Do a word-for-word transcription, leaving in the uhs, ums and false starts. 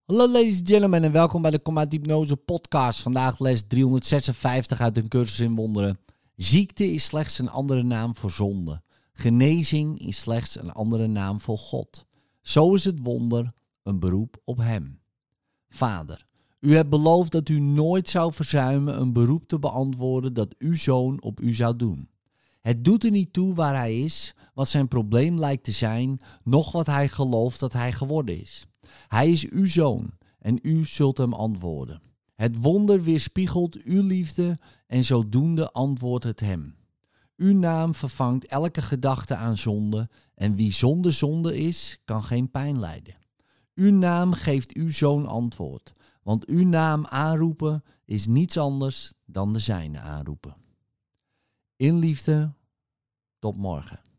Hallo ladies and gentlemen en welkom bij de Kom uit Hypnose podcast. Vandaag les driehonderdzesenvijftig uit een cursus in wonderen. Ziekte is slechts een andere naam voor zonde. Genezing is slechts een andere naam voor God. Zo is het wonder een beroep op hem. Vader, u hebt beloofd dat u nooit zou verzuimen een beroep te beantwoorden dat uw zoon op u zou doen. Het doet er niet toe waar hij is, wat zijn probleem lijkt te zijn, noch wat hij gelooft dat hij geworden is. Hij is uw zoon en u zult hem antwoorden. Het wonder weerspiegelt uw liefde en zodoende antwoordt het hem. Uw naam vervangt elke gedachte aan zonde en wie zonder zonde is, kan geen pijn lijden. Uw naam geeft uw zoon antwoord, want uw naam aanroepen is niets anders dan de zijne aanroepen. In liefde, tot morgen.